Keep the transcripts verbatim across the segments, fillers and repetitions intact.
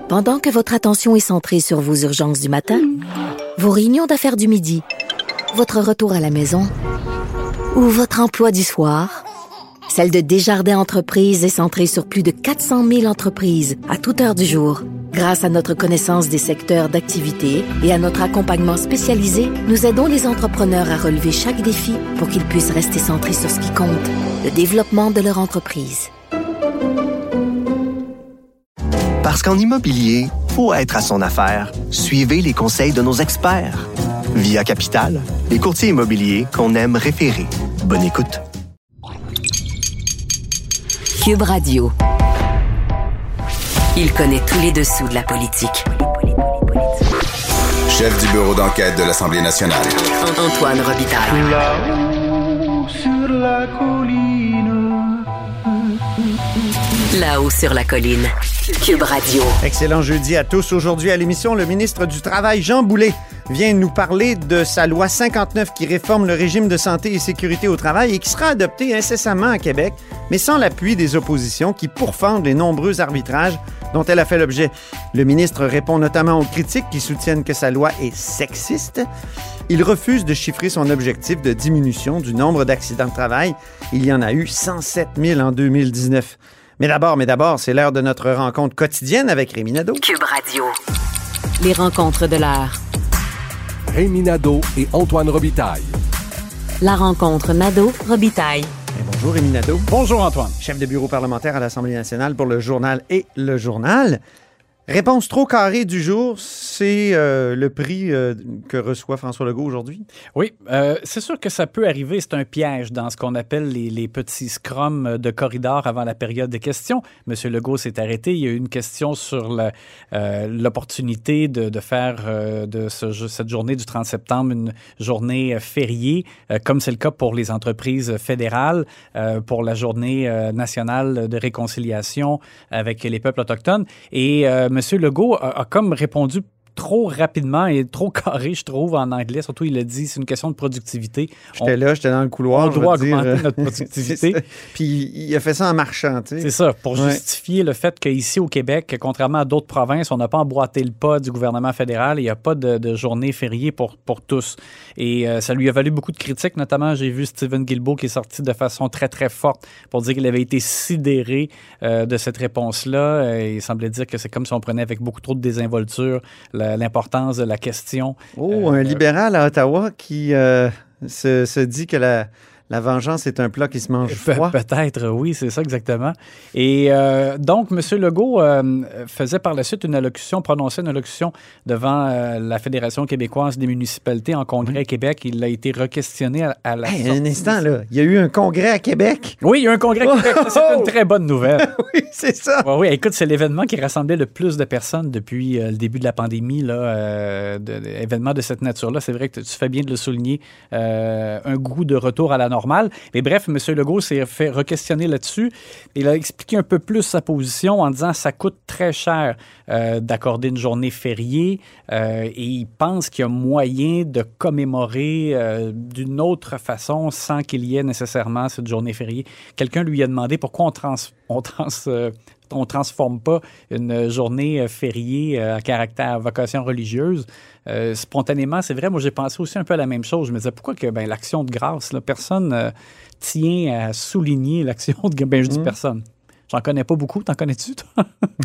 Pendant que votre attention est centrée sur vos urgences du matin, vos réunions d'affaires du midi, votre retour à la maison ou votre emploi du soir, celle de Desjardins Entreprises est centrée sur plus de quatre cent mille entreprises à toute heure du jour. Grâce à notre connaissance des secteurs d'activité et à notre accompagnement spécialisé, nous aidons les entrepreneurs à relever chaque défi pour qu'ils puissent rester centrés sur ce qui compte, le développement de leur entreprise. Parce qu'en immobilier, faut être à son affaire. Suivez les conseils de nos experts. Via Capital, les courtiers immobiliers qu'on aime référer. Bonne écoute. Cube Radio. Il connaît tous les dessous de la politique. Chef du bureau d'enquête de l'Assemblée nationale. Antoine Robitaille. Là-haut sur la colline. Là-haut sur la colline. Cube Radio. Excellent jeudi à tous. Aujourd'hui à l'émission, le ministre du Travail, Jean Boulet, vient nous parler de sa loi cinquante-neuf qui réforme le régime de santé et sécurité au travail et qui sera adoptée incessamment à Québec, mais sans l'appui des oppositions qui pourfendent les nombreux arbitrages dont elle a fait l'objet. Le ministre répond notamment aux critiques qui soutiennent que sa loi est sexiste. Il refuse de chiffrer son objectif de diminution du nombre d'accidents de travail. Il y en a eu cent sept mille en deux mille dix-neuf. Mais d'abord, mais d'abord, c'est l'heure de notre rencontre quotidienne avec Rémi Nadeau. Cube Radio. Les rencontres de l'heure. Rémi Nadeau et Antoine Robitaille. La rencontre Nadeau-Robitaille. Et bonjour Rémi Nadeau. Bonjour Antoine. Chef de bureau parlementaire à l'Assemblée nationale pour le journal et le journal. Réponse trop carrée du jour, c'est euh, le prix euh, que reçoit François Legault aujourd'hui? Oui, euh, c'est sûr que ça peut arriver. C'est un piège dans ce qu'on appelle les, les petits scrums de corridor avant la période des questions. M. Legault s'est arrêté. Il y a eu une question sur la, euh, l'opportunité de, de faire euh, de ce, cette journée du trente septembre une journée fériée, euh, comme c'est le cas pour les entreprises fédérales, euh, pour la journée euh, nationale de réconciliation avec les peuples autochtones. Et euh, M. Legault a, a comme répondu trop rapidement et trop carré, je trouve, en anglais. Surtout, il a dit, c'est une question de productivité. J'étais on, là, j'étais dans le couloir. On doit augmenter dire, notre productivité. Puis il a fait ça en marchant, tu sais. C'est ça, pour ouais. justifier le fait qu'ici au Québec, contrairement à d'autres provinces, on n'a pas emboîté le pas du gouvernement fédéral. Il n'y a pas de, de journée fériée pour, pour tous. Et euh, ça lui a valu beaucoup de critiques. Notamment, j'ai vu Stephen Guilbeault qui est sorti de façon très, très forte pour dire qu'il avait été sidéré euh, de cette réponse-là. Et il semblait dire que c'est comme si on prenait avec beaucoup trop de désinvolture la, l'importance de la question. Oh, euh, un libéral à Ottawa qui euh, se, se dit que la, la vengeance est un plat qui se mange froid. Pe- peut-être, oui, c'est ça exactement. Et euh, donc, M. Legault euh, faisait par la suite une allocution, prononçait une allocution devant euh, la Fédération québécoise des municipalités en congrès à Québec. Il a été requestionné à, à la hey, sortie. Un instant, là. Il y a eu un congrès à Québec. Oui, il y a eu un congrès à Québec. C'est une très bonne nouvelle. Oui, c'est ça. Oui, oui, écoute, c'est l'événement qui rassemblait le plus de personnes depuis euh, le début de la pandémie, là, euh, de, de, événement de cette nature-là. C'est vrai que tu fais bien de le souligner. Euh, un goût de retour à la normale. Mais bref, M. Legault s'est fait re-questionner là-dessus. Il a expliqué un peu plus sa position en disant que ça coûte très cher euh, d'accorder une journée fériée euh, et il pense qu'il y a moyen de commémorer euh, d'une autre façon sans qu'il y ait nécessairement cette journée fériée. Quelqu'un lui a demandé pourquoi on trans... On trans euh, on ne transforme pas une journée fériée à caractère, à vocation religieuse. Euh, spontanément, c'est vrai, moi j'ai pensé aussi un peu à la même chose. Je me disais, pourquoi que ben, l'action de grâce, là, personne euh, tient à souligner l'action de... Ben, je dis mmh. personne. J'en connais pas beaucoup. T'en connais-tu, toi?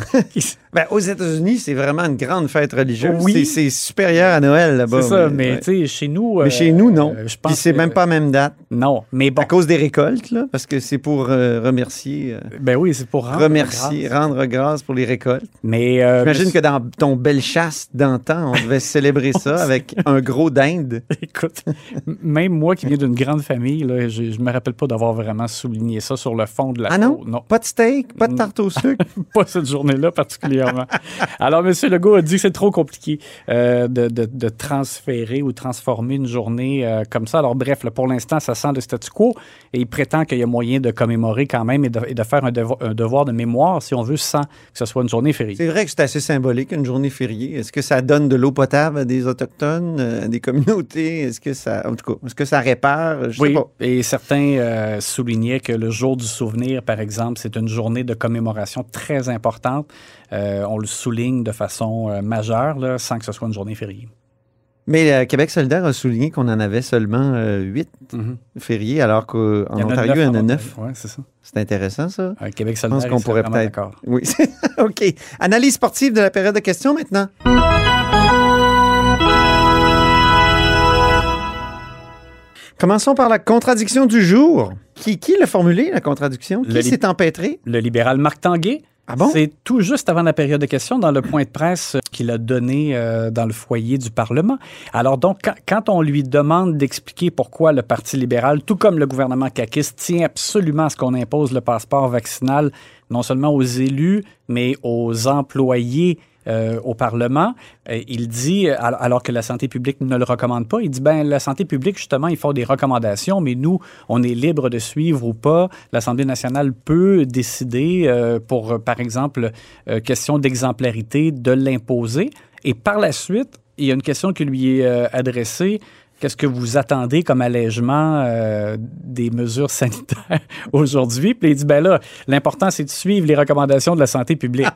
Ben, aux États-Unis, c'est vraiment une grande fête religieuse. Oui. C'est, c'est supérieur à Noël, là-bas. C'est ça, mais, mais ouais. tu sais, chez nous... Mais chez nous, non. Euh, je Puis pense c'est que, même pas la même date. Non, mais bon. À cause des récoltes, là, parce que c'est pour euh, remercier... Euh, ben oui, c'est pour rendre remercier, grâce. rendre grâce pour les récoltes. Mais... Euh, J'imagine mais... que dans ton belle chasse d'antan, on devait célébrer ça avec un gros dinde. Écoute, même moi qui viens d'une grande famille, là, je, je me rappelle pas d'avoir vraiment souligné ça sur le fond de la... Ah non? non? Pas de steak? Pas de tarte au sucre? Pas cette journée-là particulièrement. Alors, M. Legault a dit que c'est trop compliqué euh, de, de, de transférer ou transformer une journée euh, comme ça. Alors, bref, là, pour l'instant, ça sent le statu quo et il prétend qu'il y a moyen de commémorer quand même et de, et de faire un devoir, un devoir de mémoire, si on veut, sans que ce soit une journée fériée. C'est vrai que c'est assez symbolique, une journée fériée. Est-ce que ça donne de l'eau potable à des Autochtones, à des communautés? Est-ce que ça, en tout cas, est-ce que ça répare? Je oui, sais pas. Et certains euh, soulignaient que le jour du souvenir, par exemple, c'est une journée de commémoration très importante. Euh, euh, on le souligne de façon euh, majeure, là, sans que ce soit une journée fériée. Mais euh, Québec solidaire a souligné qu'on en avait seulement euh, huit mm-hmm. fériés, alors qu'en Ontario, il y en a neuf. Oui, c'est ça. C'est intéressant, ça. Euh, Québec solidaire, je pense qu'on pourrait peut-être... d'accord. Oui, OK. Analyse sportive de la période de questions, maintenant. Commençons par la contradiction du jour. Qui, qui l'a formulée, la contradiction? Qui s'est li- empêtré? Le libéral Marc Tanguay. Ah bon? C'est tout juste avant la période de questions, dans le point de presse qu'il a donné euh, dans le foyer du Parlement. Alors donc, quand, quand on lui demande d'expliquer pourquoi le Parti libéral, tout comme le gouvernement caquiste, tient absolument à ce qu'on impose le passeport vaccinal, non seulement aux élus, mais aux employés Euh, au Parlement, euh, il dit, alors que la santé publique ne le recommande pas, il dit, ben la santé publique, justement, ils font des recommandations, mais nous, on est libre de suivre ou pas. L'Assemblée nationale peut décider, euh, pour, par exemple, euh, question d'exemplarité, de l'imposer. Et par la suite, il y a une question qui lui est euh, adressée. Qu'est-ce que vous attendez comme allègement euh, des mesures sanitaires aujourd'hui? Puis il dit, ben là, l'important, c'est de suivre les recommandations de la santé publique.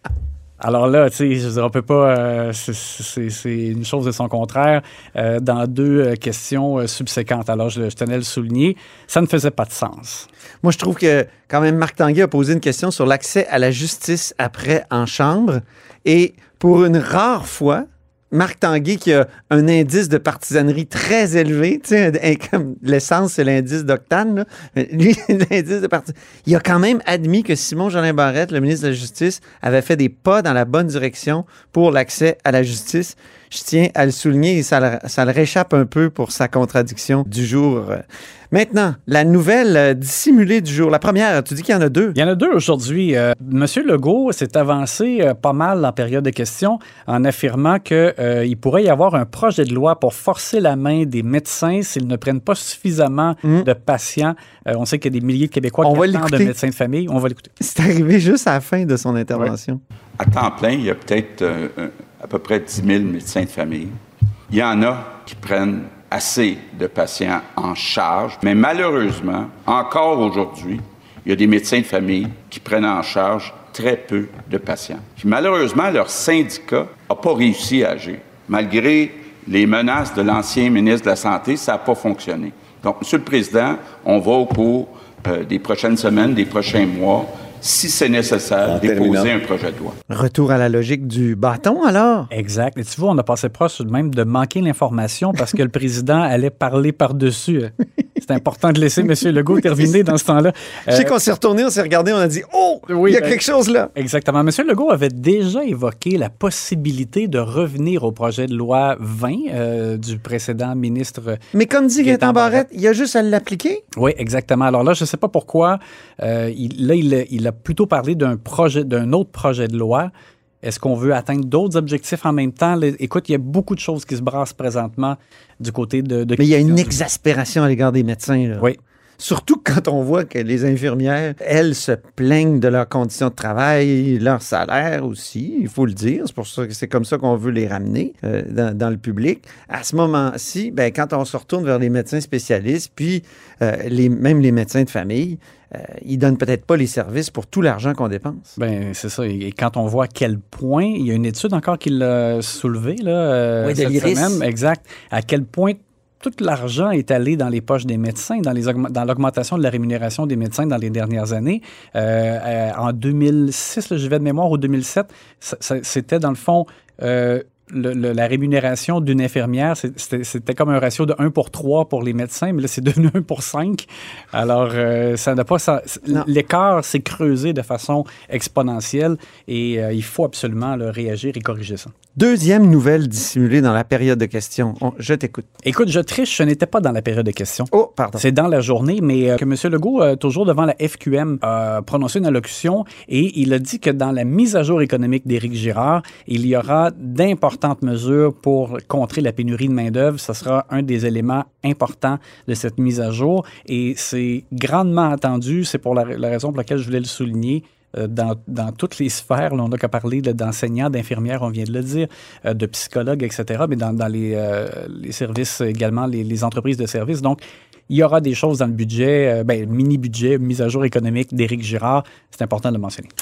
Alors là, tu sais, je veux dire, on peut pas... Euh, c'est, c'est, c'est une chose de son contraire euh, dans deux euh, questions euh, subséquentes. Alors, je, je tenais à le souligner. Ça ne faisait pas de sens. Moi, je trouve que, quand même, Marc Tanguay a posé une question sur l'accès à la justice après en chambre. Et pour une rare fois, Marc Tanguay, qui a un indice de partisanerie très élevé, tu sais, comme l'essence, c'est l'indice d'octane, là. Lui, l'indice de partisanerie. Il a quand même admis que Simon-Jolin Barrette, le ministre de la Justice, avait fait des pas dans la bonne direction pour l'accès à la justice. Je tiens à le souligner et ça le, ça le réchappe un peu pour sa contradiction du jour. Maintenant, la nouvelle dissimulée du jour. La première, tu dis qu'il y en a deux. Il y en a deux aujourd'hui. Euh, Monsieur Legault s'est avancé euh, pas mal en période de questions en affirmant qu'il euh, pourrait y avoir un projet de loi pour forcer la main des médecins s'ils ne prennent pas suffisamment mmh. de patients. Euh, on sait qu'il y a des milliers de Québécois on qui attendent de médecins de famille. On va l'écouter. C'est arrivé juste à la fin de son intervention. Ouais. À temps plein, il y a peut-être euh, à peu près dix mille médecins de famille. Il y en a qui prennent assez de patients en charge, mais malheureusement, encore aujourd'hui, il y a des médecins de famille qui prennent en charge très peu de patients. Puis malheureusement, leur syndicat n'a pas réussi à agir. Malgré les menaces de l'ancien ministre de la Santé, ça n'a pas fonctionné. Donc, M. le Président, on va au cours euh, des prochaines semaines, des prochains mois, si c'est nécessaire, déposer un projet de loi. Retour à la logique du bâton, alors? Exact. Et tu vois, on a passé proche même de manquer l'information parce que le président allait parler par-dessus. C'est important de laisser M. Legault terminer dans ce temps-là. Je sais euh, qu'on s'est retourné, on s'est regardé, on a dit « Oh, oui, il y a ben, quelque chose là! » Exactement. M. Legault avait déjà évoqué la possibilité de revenir au projet de loi vingt euh, du précédent ministre. Mais comme dit Gaétan Barrette, il y a juste à l'appliquer? Oui, exactement. Alors là, je ne sais pas pourquoi. Euh, il, là, il, il a plutôt parlé d'un projet, d'un autre projet de loi. Est-ce qu'on veut atteindre d'autres objectifs en même temps? Écoute, il y a beaucoup de choses qui se brassent présentement du côté de... de Mais il y a une exaspération à l'égard des médecins. Là. Oui. Surtout quand on voit que les infirmières, elles, se plaignent de leurs conditions de travail, leur salaire aussi, il faut le dire. C'est pour ça que c'est comme ça qu'on veut les ramener euh, dans, dans le public. À ce moment-ci, ben, quand on se retourne vers les médecins spécialistes, puis euh, les, même les médecins de famille, euh, ils donnent peut-être pas les services pour tout l'argent qu'on dépense. Ben c'est ça. Et quand on voit à quel point, il y a une étude encore qui l'a soulevé là, euh, oui, cette de l'Iris. semaine, exact, à quel point tout l'argent est allé dans les poches des médecins, dans, les augma- dans l'augmentation de la rémunération des médecins dans les dernières années. Euh, euh, en deux mille six, là, je vais de mémoire, ou deux mille sept, ça, ça, c'était dans le fond... Euh, Le, le, la rémunération d'une infirmière, c'était, c'était comme un ratio de un pour trois pour les médecins, mais là, c'est devenu un pour cinq. Alors, euh, ça n'a pas... Ça, l'écart s'est creusé de façon exponentielle et euh, il faut absolument là, réagir et corriger ça. Deuxième nouvelle dissimulée dans la période de questions. On, je t'écoute. Écoute, je triche, ce n'était pas dans la période de questions. Oh, pardon. C'est dans la journée, mais euh, que M. Legault, euh, toujours devant la F Q M, a prononcé une allocution et il a dit que dans la mise à jour économique d'Éric Girard, il y aura d'importantes mesures pour contrer la pénurie de main-d'œuvre. Ce sera un des éléments importants de cette mise à jour et c'est grandement attendu. C'est pour la, la raison pour laquelle je voulais le souligner. Dans, dans toutes les sphères, là, on n'a qu'à parler là, d'enseignants, d'infirmières, on vient de le dire, euh, de psychologues, et cetera, mais dans, dans les, euh, les services également, les, les entreprises de services. Donc, il y aura des choses dans le budget, euh, ben, mini-budget, mise à jour économique d'Éric Girard. C'est important de le mentionner.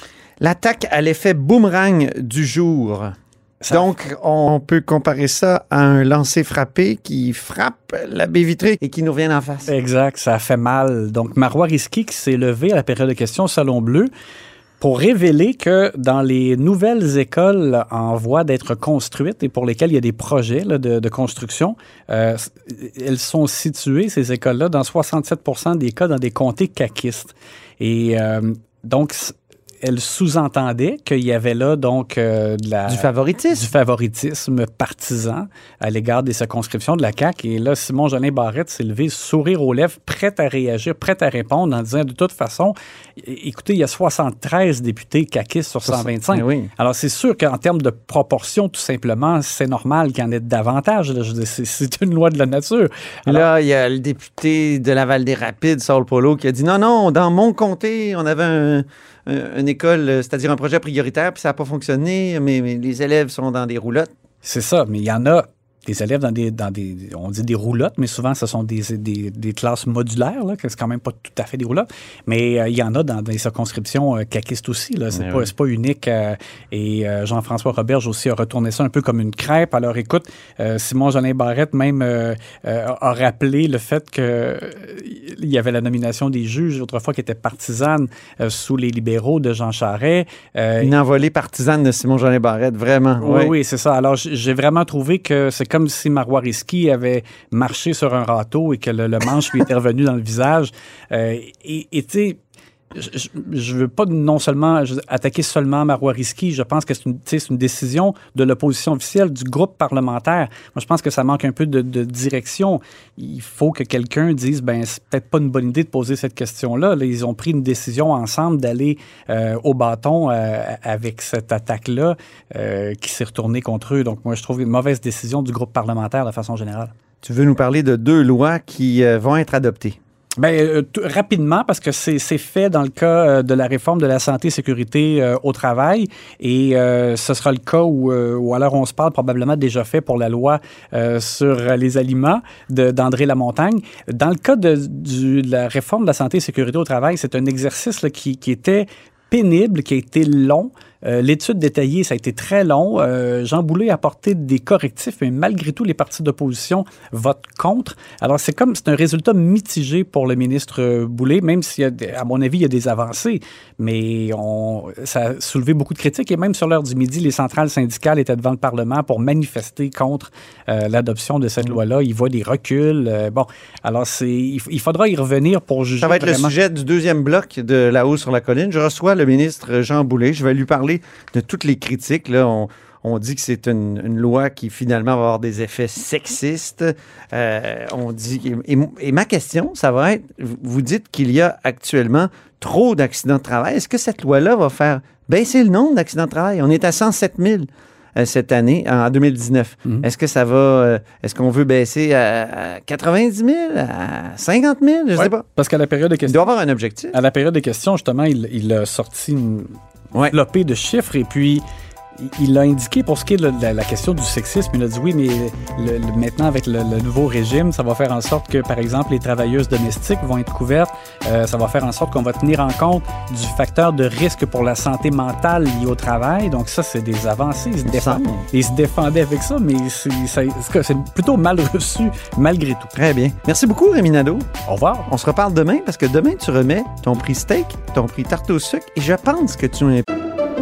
L'attaque à l'effet boomerang du jour. Ça... Donc, on peut comparer ça à un lancer frappé qui frappe la baie vitrée et qui nous revient en face. Exact, ça fait mal. Donc, Marois Risky qui s'est levé à la période de questions au Salon Bleu pour révéler que dans les nouvelles écoles en voie d'être construites et pour lesquelles il y a des projets là, de, de construction, euh, elles sont situées, ces écoles-là, dans soixante-sept pour cent des cas dans des comtés caquistes. Et euh, donc, elle sous-entendait qu'il y avait là donc euh, de la, du favoritisme. Du favoritisme partisan à l'égard des circonscriptions de la C A Q. Et là, Simon-Jolin Barrette s'est levé, sourire aux lèvres, prêt à réagir, prêt à répondre en disant de toute façon, écoutez, il y a soixante-treize députés caquistes sur cent vingt-cinq. Oui. Alors, c'est sûr qu'en termes de proportion, tout simplement, c'est normal qu'il y en ait davantage. Là. Je veux dire, c'est, c'est une loi de la nature. Alors, là, il y a le député de la Val-des-Rapides, Saul Polo, qui a dit non, non, dans mon comté, on avait un... une école, c'est-à-dire un projet prioritaire, puis ça n'a pas fonctionné, mais, mais les élèves sont dans des roulottes. C'est ça, mais il y en a des élèves dans des, dans des, on dit des roulottes, mais souvent ce sont des, des, des classes modulaires, là, que c'est quand même pas tout à fait des roulottes, mais euh, il y en a dans des circonscriptions euh, caquistes aussi, là, c'est, pas, oui. c'est pas unique, euh, et euh, Jean-François Roberge aussi a retourné ça un peu comme une crêpe. Alors écoute, euh, Simon-Jolin Barrette même euh, euh, a rappelé le fait que euh, il y avait la nomination des juges autrefois qui était partisane euh, sous les libéraux de Jean Charest. Euh, une envolée partisane de Simon-Jolin Barrette, vraiment. Oui, oui, oui, c'est ça. Alors j'ai vraiment trouvé que c'est comme si Marois Risky avait marché sur un râteau et que le, le manche lui était revenu dans le visage. Euh, et tu sais, je ne veux pas non seulement attaquer seulement Marois Risky. Je pense que c'est une, c'est une décision de l'opposition officielle du groupe parlementaire. Moi, je pense que ça manque un peu de, de direction. Il faut que quelqu'un dise, ben c'est peut-être pas une bonne idée de poser cette question-là. Là, ils ont pris une décision ensemble d'aller euh, au bâton euh, avec cette attaque-là euh, qui s'est retournée contre eux. Donc, moi, je trouve une mauvaise décision du groupe parlementaire de façon générale. Tu veux nous parler de deux lois qui euh, vont être adoptées? Bien, euh, t- rapidement, parce que c'est, c'est fait dans le cas euh, de la réforme de la santé et sécurité euh, au travail, et euh, ce sera le cas où, euh, où, à l'heure où on se parle, probablement déjà fait pour la loi euh, sur les aliments de, d'André Lamontagne. Dans le cas de, du, de la réforme de la santé et sécurité au travail, c'est un exercice là, qui, qui était pénible, qui a été long. Euh, l'étude détaillée, ça a été très long. Euh, Jean Boulet a apporté des correctifs, mais malgré tout, les partis d'opposition votent contre. Alors, c'est comme, c'est un résultat mitigé pour le ministre Boulet, même s'il y a, à mon avis, il y a des avancées, mais on, ça a soulevé beaucoup de critiques. Et même sur l'heure du midi, les centrales syndicales étaient devant le Parlement pour manifester contre euh, l'adoption de cette mmh. loi-là. Ils voient des reculs. Euh, bon, alors, c'est, il, il faudra y revenir pour juger. Ça va être vraiment. Le sujet du deuxième bloc de là-haut sur la colline. Je reçois le ministre Jean Boulet. Je vais lui parler de toutes les critiques. Là, on, on dit que c'est une, une loi qui finalement va avoir des effets sexistes. Euh, on dit et, et ma question, ça va être, vous dites qu'il y a actuellement trop d'accidents de travail. Est-ce que cette loi-là va faire baisser le nombre d'accidents de travail? On est à cent sept mille euh, cette année, en deux mille dix-neuf. Mm-hmm. Est-ce que ça va, euh, est-ce qu'on veut baisser à, à quatre-vingt-dix mille, à cinquante mille? Je ne ouais, sais pas. Parce qu'à la période de questions... Il doit y avoir un objectif. À la période des questions, justement, il, il a sorti une... Ouais. Flopé de chiffres et puis il l'a indiqué pour ce qui est de la, la question du sexisme. Il a dit oui, mais le, le, maintenant avec le, le nouveau régime, ça va faire en sorte que, par exemple, les travailleuses domestiques vont être couvertes. Euh, ça va faire en sorte qu'on va tenir en compte du facteur de risque pour la santé mentale liée au travail. Donc ça, c'est des avancées. Ils se, défendent, ils se défendaient avec ça, mais c'est, c'est, c'est plutôt mal reçu malgré tout. Très bien. Merci beaucoup, Rémi Nadeau. Au revoir. On se reparle demain parce que demain, tu remets ton prix steak, ton prix tarte au sucre et je pense que tu es...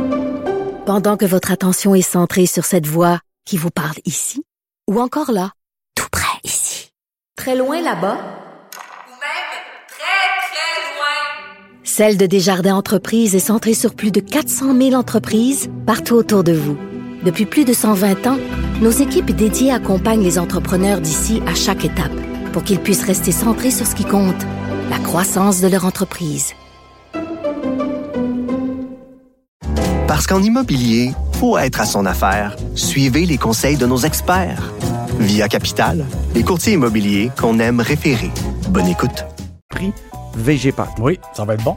Pendant que votre attention est centrée sur cette voix qui vous parle ici, ou encore là, tout près ici, très loin là-bas, ou même très, très loin, celle de Desjardins Entreprises est centrée sur plus de quatre cent mille entreprises partout autour de vous. Depuis plus de cent vingt ans, nos équipes dédiées accompagnent les entrepreneurs d'ici à chaque étape pour qu'ils puissent rester centrés sur ce qui compte, la croissance de leur entreprise. Parce qu'en immobilier, faut être à son affaire. Suivez les conseils de nos experts. Via Capital, les courtiers immobiliers qu'on aime référer. Bonne écoute. Prix V G P A C. Oui, ça va être bon.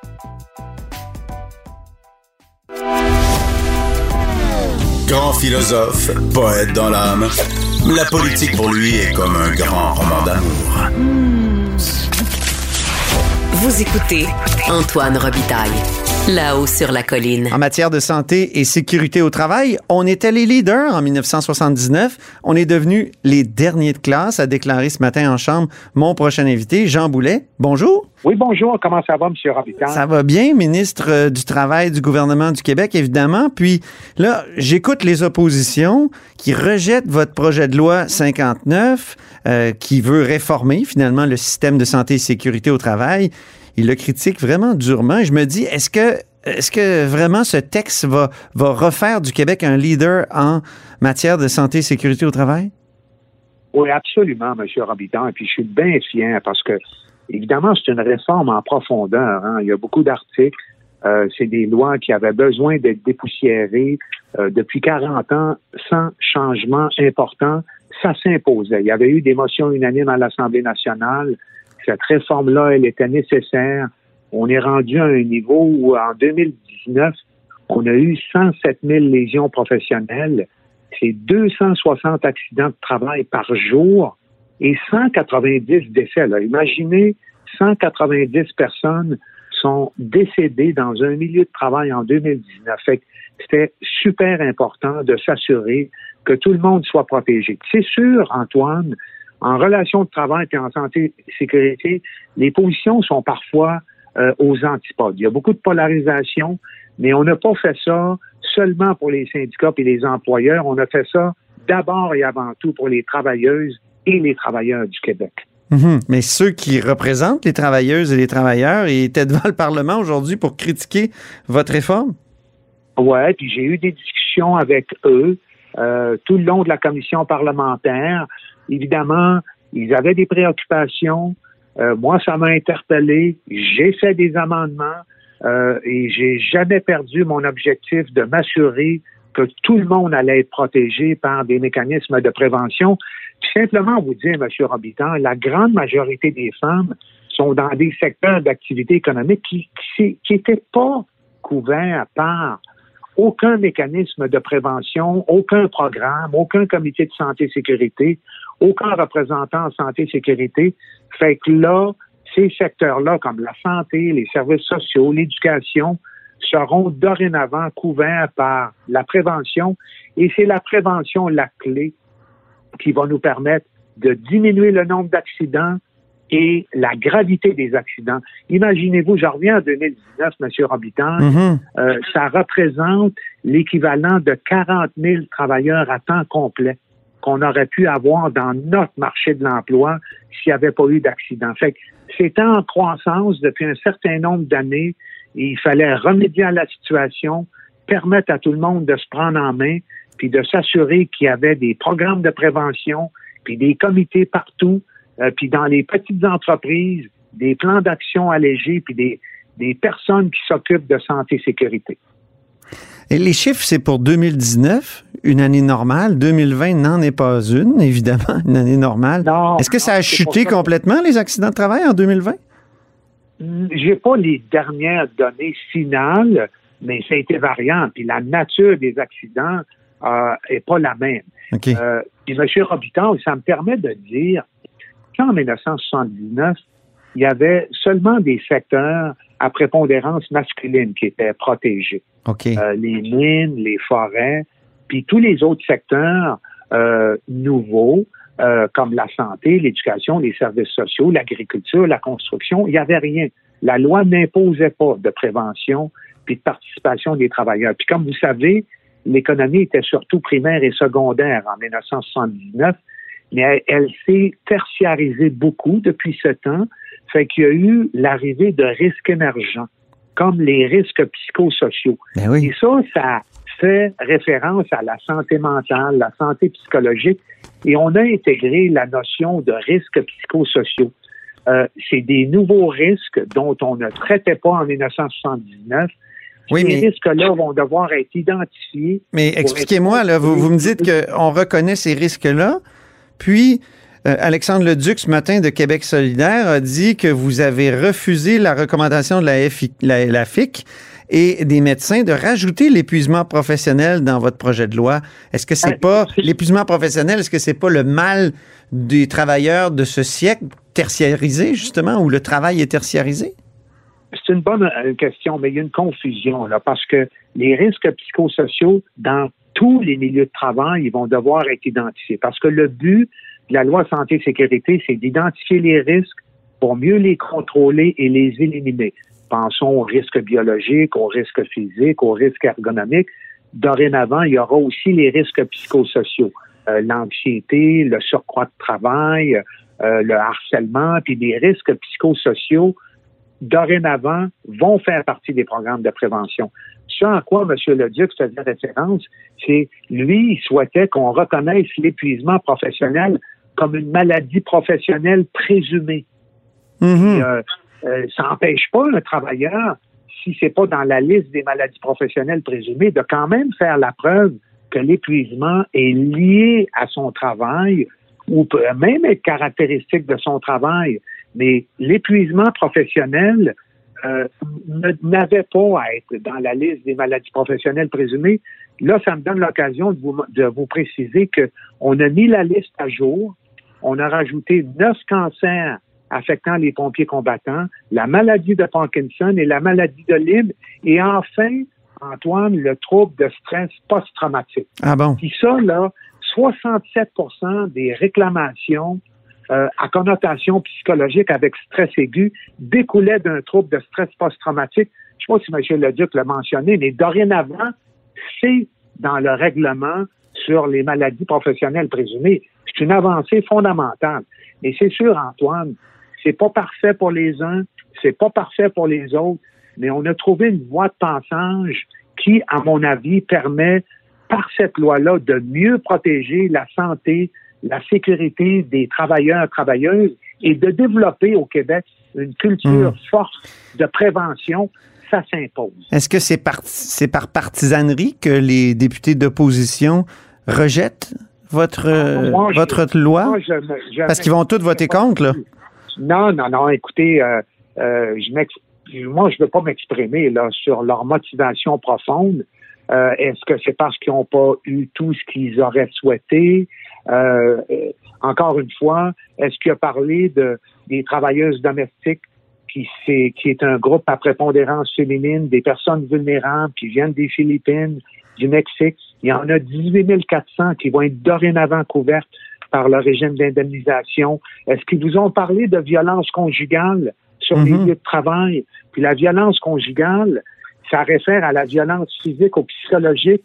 Grand philosophe, poète dans l'âme, la politique pour lui est comme un grand roman d'amour. Vous écoutez Antoine Robitaille. Là-haut sur la colline. En matière de santé et sécurité au travail, on était les leaders en dix-neuf cent soixante-dix-neuf. On est devenus les derniers de classe, a déclaré ce matin en chambre mon prochain invité, Jean Boulet. Bonjour. Oui, bonjour. Comment ça va, M. Robitaille? Ça va bien, ministre du Travail du gouvernement du Québec, évidemment. Puis là, j'écoute les oppositions qui rejettent votre projet de loi cinquante-neuf euh, qui veut réformer finalement le système de santé et sécurité au travail. Ils le critiquent vraiment durement. Et je me dis, est-ce que, est-ce que vraiment ce texte va, va refaire du Québec un leader en matière de santé et sécurité au travail? Oui, absolument, M. Robitaille. Et puis, je suis bien fier parce que, évidemment, c'est une réforme en profondeur. Hein. Il y a beaucoup d'articles. Euh, c'est des lois qui avaient besoin d'être dépoussiérées euh, depuis quarante ans sans changement important. Ça s'imposait. Il y avait eu des motions unanimes à l'Assemblée nationale. Cette réforme-là, elle était nécessaire. On est rendu à un niveau où, en deux mille dix-neuf, on a eu cent sept mille lésions professionnelles. C'est deux cent soixante accidents de travail par jour et cent quatre-vingt-dix décès. Là. Imaginez, cent quatre-vingt-dix personnes sont décédées dans un milieu de travail en deux mille dix-neuf. Fait que c'était super important de s'assurer que tout le monde soit protégé. C'est sûr, Antoine, en relation de travail et en santé et sécurité, les positions sont parfois euh, aux antipodes. Il y a beaucoup de polarisation, mais on n'a pas fait ça seulement pour les syndicats et les employeurs. On a fait ça d'abord et avant tout pour les travailleuses et les travailleurs du Québec. Mmh. Mais ceux qui représentent les travailleuses et les travailleurs ils étaient devant le Parlement aujourd'hui pour critiquer votre réforme? Oui, puis j'ai eu des discussions avec eux euh, tout le long de la commission parlementaire. Évidemment, ils avaient des préoccupations. Euh, moi, ça m'a interpellé. J'ai fait des amendements euh, et j'ai jamais perdu mon objectif de m'assurer que tout le monde allait être protégé par des mécanismes de prévention. Puis simplement vous dire, M. Robitaille, la grande majorité des femmes sont dans des secteurs d'activité économique qui qui n'étaient pas couverts par aucun mécanisme de prévention, aucun programme, aucun comité de santé et sécurité, aucun représentant en santé et sécurité. Fait que là, ces secteurs-là, comme la santé, les services sociaux, l'éducation, seront dorénavant couverts par la prévention. Et c'est la prévention la clé qui va nous permettre de diminuer le nombre d'accidents et la gravité des accidents. Imaginez-vous, je reviens en deux mille dix-neuf, M. Robitaille, mm-hmm. euh, ça représente l'équivalent de quarante mille travailleurs à temps complet qu'on aurait pu avoir dans notre marché de l'emploi s'il n'y avait pas eu d'accident. Fait que c'était en croissance depuis un certain nombre d'années et il fallait remédier à la situation, permettre à tout le monde de se prendre en main puis de s'assurer qu'il y avait des programmes de prévention puis des comités partout. Euh, puis dans les petites entreprises, des plans d'action allégés, puis des, des personnes qui s'occupent de santé et sécurité. Et les chiffres, c'est pour deux mille dix-neuf, une année normale. deux mille vingt n'en est pas une, évidemment, une année normale. Non, Est-ce que ça a chuté complètement, les accidents de travail, en deux mille vingt? J'ai pas les dernières données finales, mais ça a été variant. Puis la nature des accidents euh, est pas la même. Okay. Euh, puis M. Robitaille, ça me permet de dire qu'en dix-neuf cent soixante-dix-neuf, il y avait seulement des secteurs à prépondérance masculine qui étaient protégés. Okay. Euh, les mines, les forêts, puis tous les autres secteurs euh, nouveaux, euh, comme la santé, l'éducation, les services sociaux, l'agriculture, la construction, il n'y avait rien. La loi n'imposait pas de prévention puis de participation des travailleurs. Puis comme vous savez, l'économie était surtout primaire et secondaire en dix-neuf cent soixante-dix-neuf, mais elle, elle s'est tertiarisée beaucoup depuis ce temps, fait qu'il y a eu l'arrivée de risques émergents, comme les risques psychosociaux. Ben oui. Et ça, ça fait référence à la santé mentale, la santé psychologique, et on a intégré la notion de risques psychosociaux. Euh, c'est des nouveaux risques dont on ne traitait pas en dix-neuf cent soixante-dix-neuf. Oui, Ces mais... risques-là vont devoir être identifiés. Mais expliquez-moi, là, vous, vous me dites qu'on reconnaît ces risques-là, puis euh, Alexandre Leduc, ce matin, de Québec solidaire, a dit que vous avez refusé la recommandation de la, F I, la, la F I C et des médecins de rajouter l'épuisement professionnel dans votre projet de loi. Est-ce que c'est pas l'épuisement professionnel, est-ce que c'est pas le mal des travailleurs de ce siècle tertiarisé, justement, où le travail est tertiarisé? c'est une bonne euh, question, mais il y a une confusion, là, parce que les risques psychosociaux dans tous les milieux de travail, ils vont devoir être identifiés. Parce que le but de la loi santé et sécurité, c'est d'identifier les risques pour mieux les contrôler et les éliminer. Pensons aux risques biologiques, aux risques physiques, aux risques ergonomiques. Dorénavant, il y aura aussi les risques psychosociaux. Euh, l'anxiété, le surcroît de travail, euh, le harcèlement, puis des risques psychosociaux, dorénavant, vont faire partie des programmes de prévention. Ce à quoi M. Leduc faisait référence, c'est, lui, il souhaitait qu'on reconnaisse l'épuisement professionnel comme une maladie professionnelle présumée. Mm-hmm. Et, euh, euh, ça n'empêche pas un travailleur, si c'est pas dans la liste des maladies professionnelles présumées, de quand même faire la preuve que l'épuisement est lié à son travail ou peut même être caractéristique de son travail. Mais l'épuisement professionnel euh, n'avait pas à être dans la liste des maladies professionnelles présumées. Là, ça me donne l'occasion de vous, de vous préciser qu'on a mis la liste à jour. On a rajouté neuf cancers affectant les pompiers combattants, la maladie de Parkinson et la maladie de Lyme. Et enfin, Antoine, le trouble de stress post-traumatique. Ah bon? Puis ça, là, soixante-sept pour cent des réclamations euh, à connotation psychologique avec stress aigu découlaient d'un trouble de stress post-traumatique. Je ne sais pas si M. Leduc l'a mentionné, mais dorénavant, c'est dans le règlement sur les maladies professionnelles présumées. C'est une avancée fondamentale. Et c'est sûr, Antoine, c'est pas parfait pour les uns, c'est pas parfait pour les autres, mais on a trouvé une voie de passage qui, à mon avis, permet, par cette loi-là, de mieux protéger la santé, la sécurité des travailleurs, travailleuses et de développer au Québec une culture mmh. forte de prévention. Ça s'impose. Est-ce que c'est par, c'est par partisanerie que les députés d'opposition rejettent votre, euh, moi, votre je, loi? Moi, je, je Parce qu'ils vont tous voter contre, là. Non, non, non. Écoutez, euh, euh, je m'ex- moi, je ne veux pas m'exprimer là sur leur motivation profonde. Euh, est-ce que c'est parce qu'ils n'ont pas eu tout ce qu'ils auraient souhaité? Euh, encore une fois, est-ce qu'il a parlé de des travailleuses domestiques qui, c'est, qui est un groupe à prépondérance féminine, des personnes vulnérables qui viennent des Philippines, du Mexique? Il y en a dix-huit mille quatre cents qui vont être dorénavant couvertes par le régime d'indemnisation. Est-ce qu'ils vous ont parlé de violence conjugale sur mm-hmm. les lieux de travail? Puis la violence conjugale, ça réfère à la violence physique ou psychologique.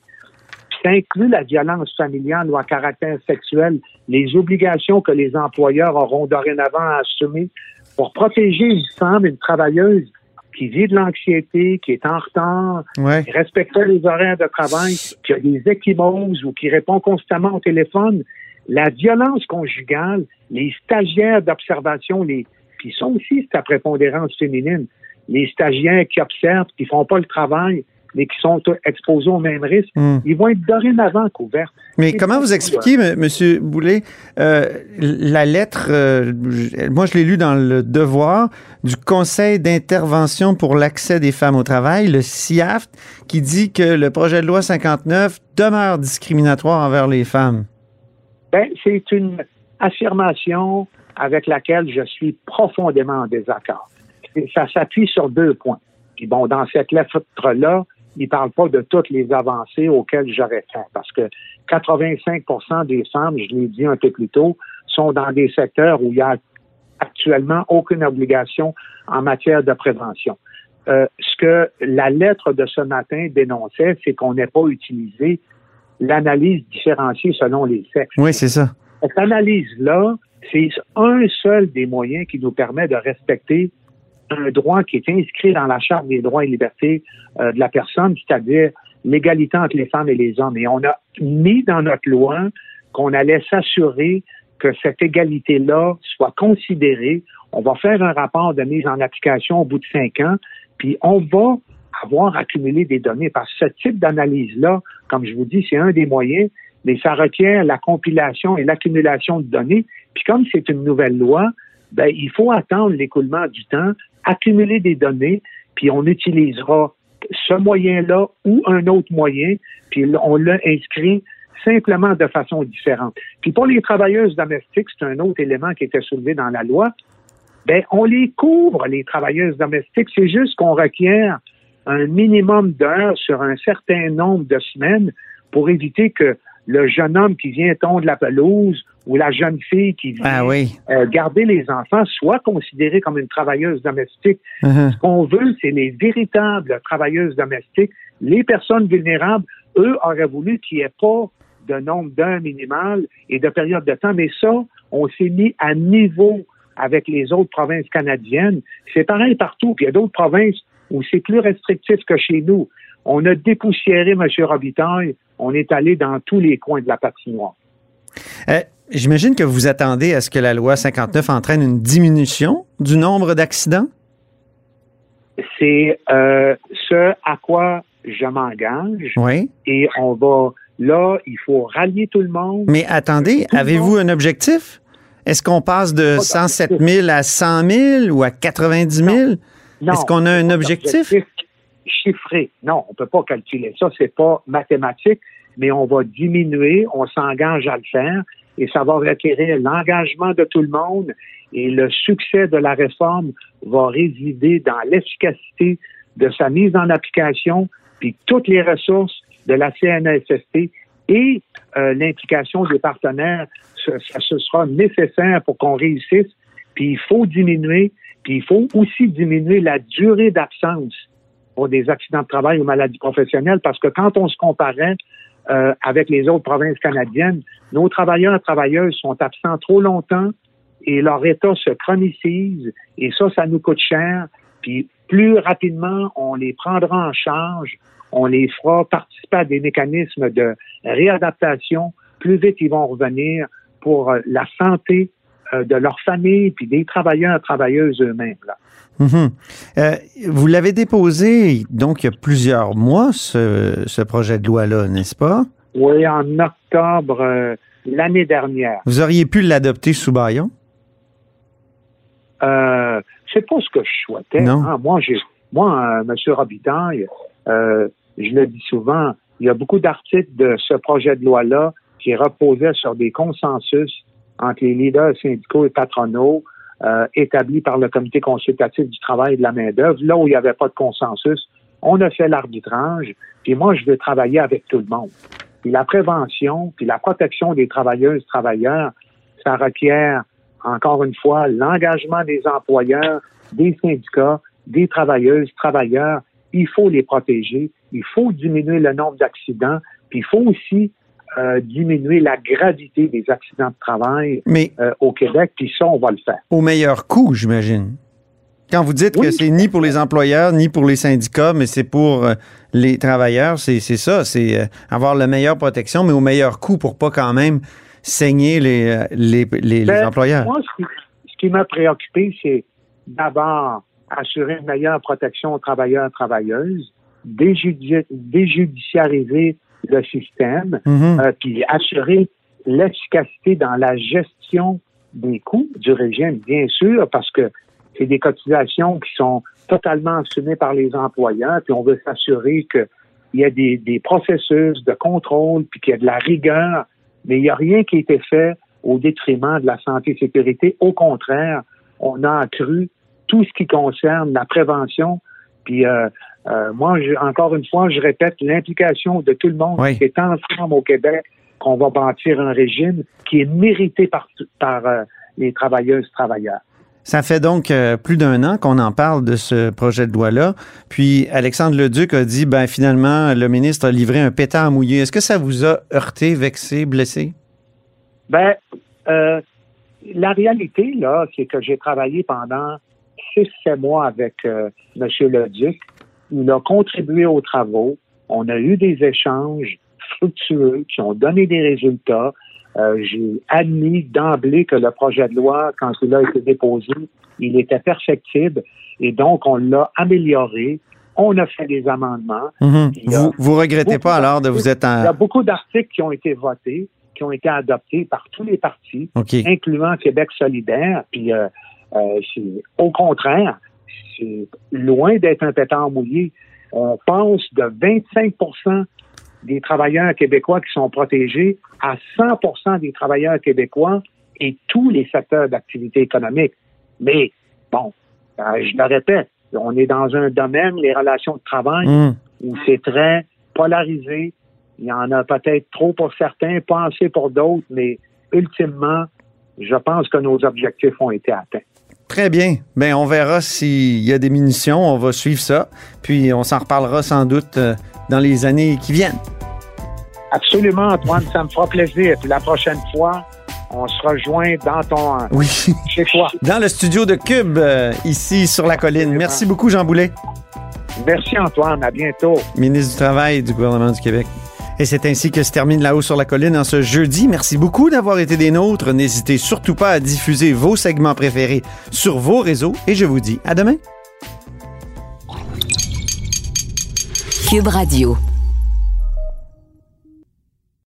Ça inclut la violence familiale ou à caractère sexuel, les obligations que les employeurs auront dorénavant à assumer pour protéger une femme, une travailleuse qui vit de l'anxiété, qui est en retard, ouais. qui respecte pas les horaires de travail, qui a des échymoses ou qui répond constamment au téléphone. La violence conjugale, les stagiaires d'observation, les puis ça aussi, c'est à prépondérance féminine. Les stagiaires qui observent, qui font pas le travail, mais qui sont exposés au même risque, mm. ils vont être dorénavant couverts. Mais comment vous expliquez, M. Boulay, euh, la lettre, euh, moi je l'ai lu dans le Devoir, du Conseil d'intervention pour l'accès des femmes au travail, le C I A F T, qui dit que le projet de loi cinquante-neuf demeure discriminatoire envers les femmes? Ben, c'est une affirmation avec laquelle je suis profondément en désaccord. Ça s'appuie sur deux points. Puis bon, dans cette lettre-là, il ne parle pas de toutes les avancées auxquelles j'aurais fait, parce que quatre-vingt-cinq pour cent des femmes, je l'ai dit un peu plus tôt, sont dans des secteurs où il y a actuellement aucune obligation en matière de prévention. Euh, ce que la lettre de ce matin dénonçait, c'est qu'on n'ait pas utilisé l'analyse différenciée selon les sexes. Oui, c'est ça. Cette analyse-là, c'est un seul des moyens qui nous permet de respecter un droit qui est inscrit dans la Charte des droits et libertés euh, de la personne, c'est-à-dire l'égalité entre les femmes et les hommes. Et on a mis dans notre loi qu'on allait s'assurer que cette égalité-là soit considérée. On va faire un rapport de mise en application au bout de cinq ans, puis on va avoir accumulé des données. Parce que ce type d'analyse-là, comme je vous dis, c'est un des moyens, mais ça requiert la compilation et l'accumulation de données. Puis comme c'est une nouvelle loi, ben il faut attendre l'écoulement du temps, accumuler des données, puis on utilisera ce moyen-là ou un autre moyen, puis on l'a inscrit simplement de façon différente. Puis pour les travailleuses domestiques, c'est un autre élément qui était soulevé dans la loi. ben on les couvre, les travailleuses domestiques. C'est juste qu'on requiert un minimum d'heures sur un certain nombre de semaines pour éviter que le jeune homme qui vient tondre la pelouse ou la jeune fille qui vient ah oui. euh, garder les enfants soit considérée comme une travailleuse domestique. Uh-huh. Ce qu'on veut, c'est les véritables travailleuses domestiques. Les personnes vulnérables, eux, auraient voulu qu'il n'y ait pas de nombre d'heures minimales et de périodes de temps, mais ça, on s'est mis à niveau avec les autres provinces canadiennes. C'est pareil partout, puis il y a d'autres provinces où c'est plus restrictif que chez nous. On a dépoussiéré M. Robitaille, on est allé dans tous les coins de la patinoire. Euh, j'imagine que vous attendez à ce que la loi cinquante-neuf entraîne une diminution du nombre d'accidents? C'est euh, ce à quoi je m'engage. Oui. Et on va, là, il faut rallier tout le monde. Mais attendez, avez-vous un objectif? Est-ce qu'on passe de cent sept mille à cent mille ou à quatre-vingt-dix mille? Non. Est-ce qu'on a un objectif? objectif chiffré? Non, on ne peut pas calculer ça. C'est pas mathématique, mais on va diminuer, on s'engage à le faire et ça va requérir l'engagement de tout le monde et le succès de la réforme va résider dans l'efficacité de sa mise en application puis toutes les ressources de la C N E S S T et euh, l'implication des partenaires, ça, ça, ce sera nécessaire pour qu'on réussisse. Puis il faut diminuer, puis il faut aussi diminuer la durée d'absence pour des accidents de travail ou maladies professionnelles, parce que quand on se comparait euh, avec les autres provinces canadiennes, nos travailleurs et travailleuses sont absents trop longtemps et leur état se chronicise et ça, ça nous coûte cher. Puis plus rapidement on les prendra en charge, on les fera participer à des mécanismes de réadaptation, plus vite ils vont revenir pour euh, la santé euh, de leur famille puis des travailleurs et travailleuses eux-mêmes. Là. Mm-hmm. Euh, vous l'avez déposé, donc, il y a plusieurs mois, ce, ce projet de loi-là, n'est-ce pas? Oui, en octobre euh, l'année dernière. Vous auriez pu l'adopter sous bâillon? Euh, c'est pas ce que je souhaitais. Non. Hein. Moi, j'ai, moi, euh, M. Robitaille, euh, je le dis souvent, il y a beaucoup d'articles de ce projet de loi-là qui reposaient sur des consensus entre les leaders syndicaux et patronaux euh, établis par le Comité consultatif du travail et de la main-d'œuvre. Là où il n'y avait pas de consensus, on a fait l'arbitrage. Puis moi, je veux travailler avec tout le monde. Puis la prévention, puis la protection des travailleuses, travailleurs, ça requiert, encore une fois, l'engagement des employeurs, des syndicats, des travailleuses, travailleurs. Il faut les protéger. Il faut diminuer le nombre d'accidents. Puis il faut aussi euh, diminuer la gravité des accidents de travail Mais euh, au Québec. Puis ça, on va le faire. Au meilleur coût, j'imagine. Quand vous dites oui. que c'est ni pour les employeurs, ni pour les syndicats, mais c'est pour euh, les travailleurs, c'est, c'est ça. C'est euh, avoir la meilleure protection, mais au meilleur coût pour pas quand même saigner les, les, les, ben, les employeurs. Moi, ce qui, ce qui m'a préoccupé, c'est d'abord assurer une meilleure protection aux travailleurs et travailleuses, déjudi- déjudiciariser le système, mm-hmm. euh, puis assurer l'efficacité dans la gestion des coûts du régime, bien sûr, parce que c'est des cotisations qui sont totalement assumées par les employeurs, puis on veut s'assurer qu'il y a des, des processus de contrôle, puis qu'il y a de la rigueur, mais il n'y a rien qui a été fait au détriment de la santé et sécurité. Au contraire, on a accru tout ce qui concerne la prévention. Puis euh, euh, moi, je, encore une fois, je répète, l'implication de tout le monde oui. qui est ensemble au Québec, qu'on va bâtir un régime qui est mérité par, par euh, les travailleuses, travailleurs. Ça fait donc euh, plus d'un an qu'on en parle de ce projet de loi-là. Puis Alexandre Leduc a dit, ben finalement, le ministre a livré un pétard à mouiller. Est-ce que ça vous a heurté, vexé, blessé? Ben, euh, la réalité, là, c'est que j'ai travaillé pendant six, sept mois avec euh, M. Leduc. Il a contribué aux travaux. On a eu des échanges fructueux qui ont donné des résultats. Euh, j'ai admis d'emblée que le projet de loi, quand il a été déposé, il était perfectible et donc on l'a amélioré. On a fait des amendements. Mm-hmm. Vous vous regrettez pas alors de vous être en... Il y a beaucoup d'articles qui ont été votés, qui ont été adoptés par tous les partis, okay. incluant Québec solidaire. Puis euh, euh, c'est au contraire, c'est loin d'être un pétard mouillé. On pense de vingt-cinq pour cent des travailleurs québécois qui sont protégés à cent pour cent des travailleurs québécois et tous les secteurs d'activité économique. Mais bon, euh, je le répète, on est dans un domaine, les relations de travail, mmh. où c'est très polarisé. Il y en a peut-être trop pour certains, pas assez pour d'autres, mais ultimement, je pense que nos objectifs ont été atteints. Très bien. Bien, on verra s'il y a des munitions. On va suivre ça. Puis, on s'en reparlera sans doute euh, dans les années qui viennent. Absolument, Antoine. Ça me fera plaisir. Puis la prochaine fois, on se rejoint dans ton... Oui. Chez toi. Dans le studio de Cube, euh, ici sur la colline. Absolument. Merci beaucoup, Jean Boulet. Merci, Antoine. À bientôt. Ministre du Travail du gouvernement du Québec. Et c'est ainsi que se termine La Haut sur la colline en ce jeudi. Merci beaucoup d'avoir été des nôtres. N'hésitez surtout pas à diffuser vos segments préférés sur vos réseaux. Et je vous dis à demain. Cube Radio.